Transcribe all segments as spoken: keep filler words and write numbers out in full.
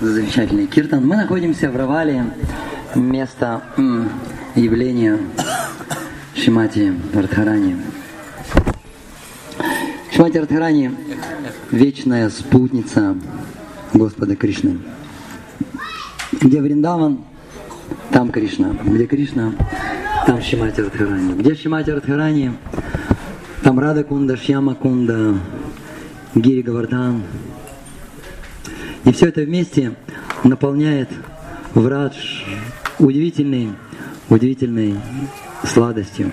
за замечательный киртан. Мы находимся в Равале, место м, явления Шримати Радхарани. Шримати Радхарани – вечная спутница Господа Кришны. Где Вриндаван, там Кришна. Где Кришна, там Шримати Радхарани. Где Шримати Радхарани, там Рада Кунда, Шьяма Кунда, Гири Говардхан. И все это вместе наполняет Врадж удивительной, удивительной сладостью.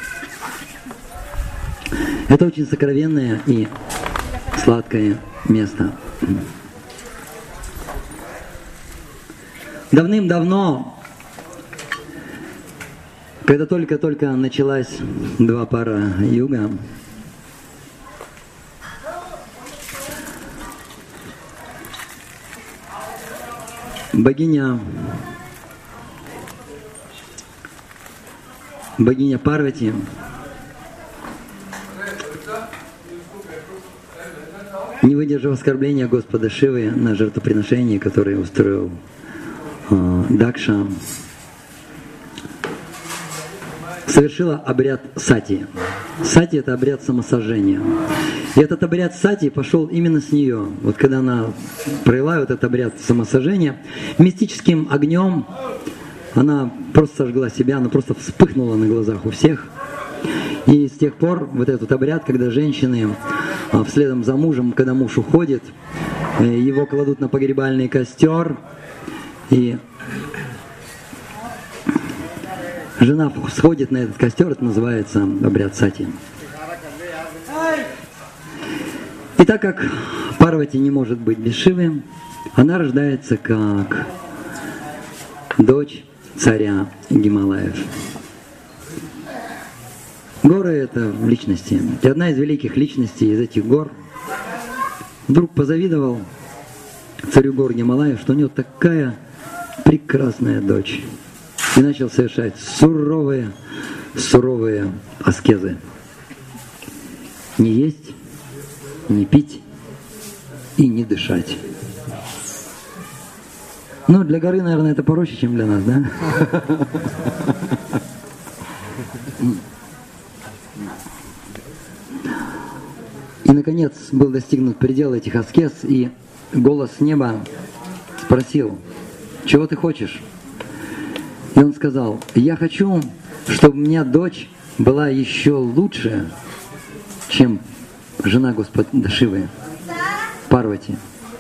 Это очень сокровенное и сладкое место. Давным-давно, когда только-только началась два пара юга, богиня, богиня Парвати не выдержав оскорбления Господа Шивы на жертвоприношении, которое устроил э, Дакша, совершила обряд сати. Сати — это обряд самосожжения. И этот обряд сати пошел именно с нее. Вот когда она провела вот этот обряд самосожжения, мистическим огнем она просто сожгла себя, она просто вспыхнула на глазах у всех. И с тех пор вот этот обряд, когда женщины вследом за мужем, когда муж уходит, его кладут на погребальный костер, и жена сходит на этот костер, это называется обряд сати. И так как Парвати не может быть без Шивы, она рождается как дочь царя Гималаев. Горы — это личности. И одна из великих личностей из этих гор вдруг позавидовал царю гор Гималаев, что у него такая прекрасная дочь. И начал совершать суровые, суровые аскезы. Не есть, не пить и не дышать. Ну, для горы, наверное, это проще, чем для нас, да? И, наконец, был достигнут предел этих аскез, и голос с неба спросил: «Чего ты хочешь?» И он сказал: «Я хочу, чтобы у меня дочь была еще лучше, чем жена Господа Шивы, Парвати.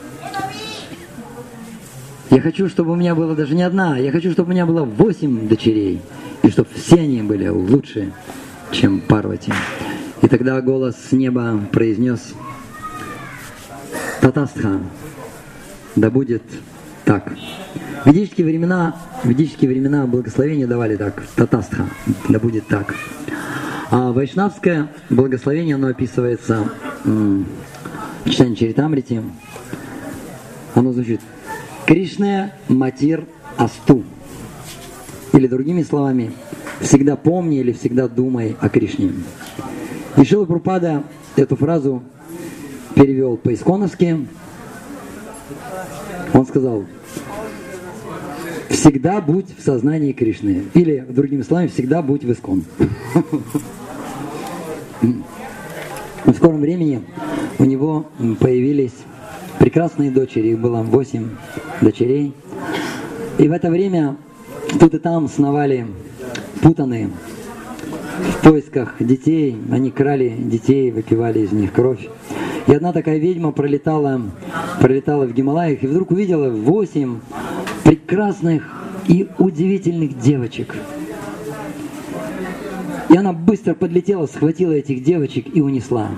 Я хочу, чтобы у меня было даже не одна, я хочу, чтобы у меня было восемь дочерей, и чтобы все они были лучше, чем Парвати». И тогда голос с неба произнес: «Татастха, да будет так». В ведические времена, в ведические времена благословение давали так: «Татастха, да будет так». А вайшнавское благословение, оно описывается м- в читании Чаритамрити. Оно звучит: «Кришне матир асту». Или другими словами: «Всегда помни» или «Всегда думай о Кришне». И Шрила Прабхупада эту фразу перевел по-исконовски. Он сказал: «Всегда будь в сознании Кришны». Или, другими словами, «Всегда будь в искон». В скором времени у него появились прекрасные дочери. Их было восемь дочерей. И в это время тут и там сновали путаны в поисках детей. Они крали детей, выпивали из них кровь. И одна такая ведьма пролетала, пролетала в Гималаях и вдруг увидела восемь прекрасных и удивительных девочек. И она быстро подлетела, схватила этих девочек и унесла.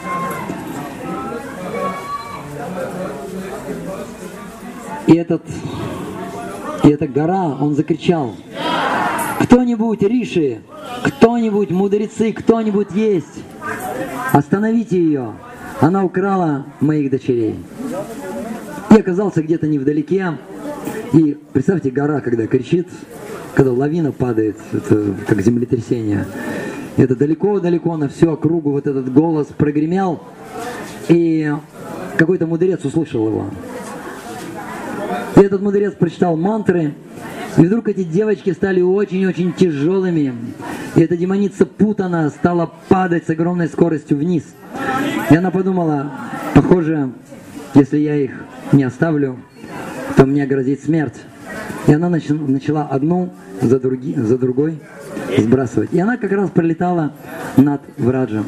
И этот, и эта гора, он закричал: «Кто-нибудь, риши, кто-нибудь, мудрецы, кто-нибудь есть, остановите ее! Она украла моих дочерей». И оказался где-то невдалеке. И представьте, гора, когда кричит, когда лавина падает, это как землетрясение. Это далеко-далеко на всю округу вот этот голос прогремел. И какой-то мудрец услышал его. И этот мудрец прочитал мантры, и вдруг эти девочки стали очень-очень тяжелыми. И эта демоница Путана стала падать с огромной скоростью вниз. И она подумала, похоже, если я их не оставлю, то мне грозит смерть. И она начала одну за, други, за другой сбрасывать. И она как раз пролетала над Враджем.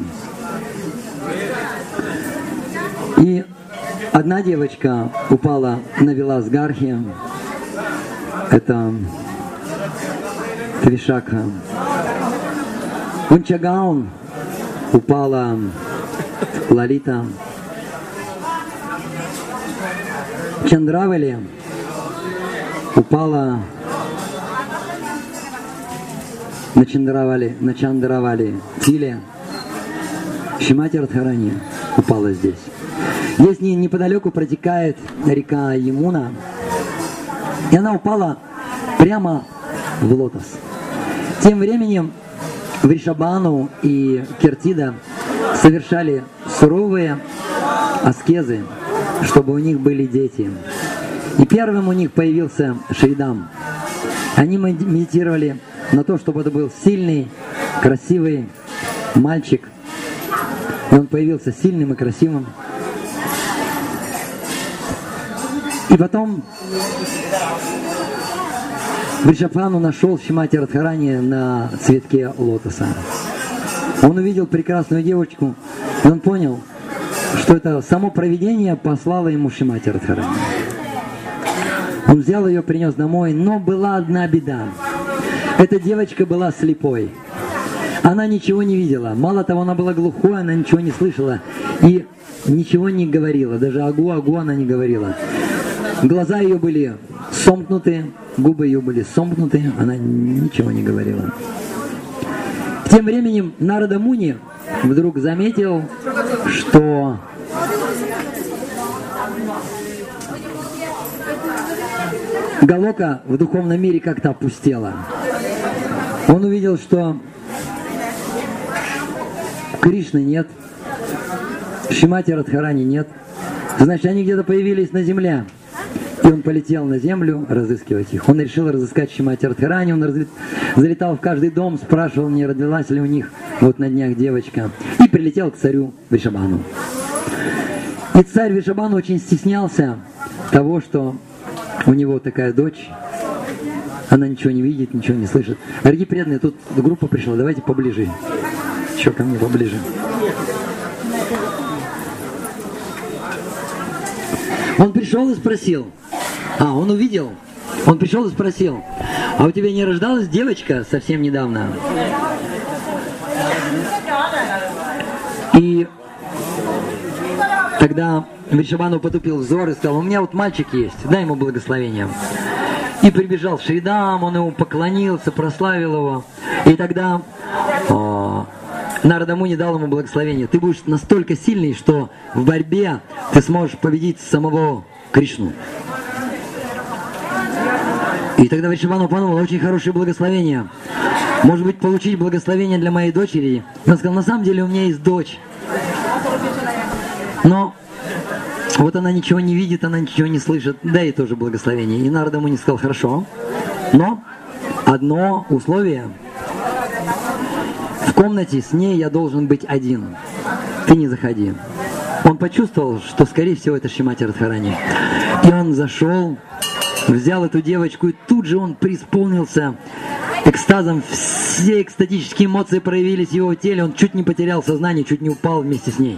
И одна девочка упала на Виласгархи. Это Твишакха. Унчагаун упала Лалита. Чандравали упала на Чандравали, на Чандравали Тиле. Шримати Радхарани упала здесь. Здесь неподалеку протекает река Ямуна, и она упала прямо в лотос. Тем временем Вришабану и Киртида совершали суровые аскезы, чтобы у них были дети. И первым у них появился Шридам. Они медитировали на то, чтобы это был сильный, красивый мальчик. И он появился сильным и красивым. И потом Вришабхану нашел Шримати Радхарани на цветке лотоса. Он увидел прекрасную девочку, и он понял, что это само провидение послало ему Шримати Радхарани. Он взял ее, принес домой, но была одна беда. Эта девочка была слепой. Она ничего не видела. Мало того, она была глухой, она ничего не слышала и ничего не говорила. Даже агу-агу она не говорила. Глаза ее были сомкнуты, губы ее были сомкнуты, она ничего не говорила. Тем временем Нарада Муни вдруг заметил, что Галока в духовном мире как-то опустела. Он увидел, что Кришны нет, Шримати Радхарани нет, значит, они где-то появились на земле. И он полетел на землю разыскивать их. Он решил разыскать Шримати Радхарани, он разли... залетал в каждый дом, спрашивал, не родилась ли у них вот на днях девочка. И прилетел к царю Вришабану. И царь Вришабану очень стеснялся того, что у него такая дочь, она ничего не видит, ничего не слышит. Дорогие преданные, тут группа пришла, давайте поближе. Еще ко мне поближе. Он пришел и спросил, а, он увидел, он пришел и спросил, а у тебя не рождалась девочка совсем недавно? И тогда Вришабану потупил взор и сказал, у меня вот мальчик есть, дай ему благословение. И прибежал Шридам, он ему поклонился, прославил его. И тогда о, Нарада Муни дал ему благословение. Ты будешь настолько сильный, что в борьбе ты сможешь победить самого Кришну. И тогда Вришабану подумал, очень хорошее благословение. Может быть, получить благословение для моей дочери? И он сказал, на самом деле у меня есть дочь. Но вот она ничего не видит, она ничего не слышит. Дай ей тоже благословение. И Нарада Муни сказал, хорошо. Но одно условие. В комнате с ней я должен быть один. Ты не заходи. Он почувствовал, что, скорее всего, это Шримати Радхарани. И он зашел, взял эту девочку, и тут же он преисполнился экстазом. Все экстатические эмоции проявились в его теле. Он чуть не потерял сознание, чуть не упал вместе с ней.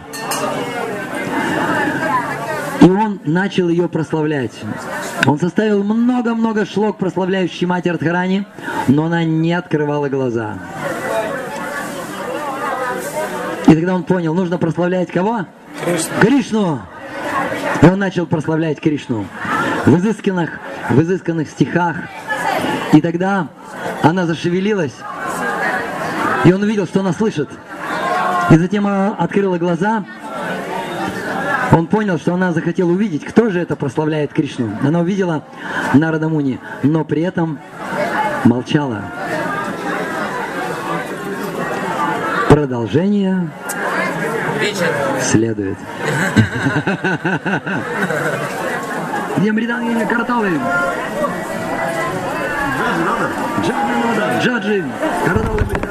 И он начал ее прославлять. Он составил много-много шлок, прославляющих Шримати Радхарани, но она не открывала глаза. И тогда он понял, нужно прославлять кого? Кришну. Кришну! И он начал прославлять Кришну в изысканных, в изысканных стихах. И тогда она зашевелилась, и он увидел, что она слышит. И затем она открыла глаза. Он понял, что она захотела увидеть, кто же это прославляет Кришну. Она увидела Нарада Муни, но при этом молчала. Продолжение следует. Где Мриданги Караталы? Джаджи надо. Джаджи надо. Джаджи. Караталы.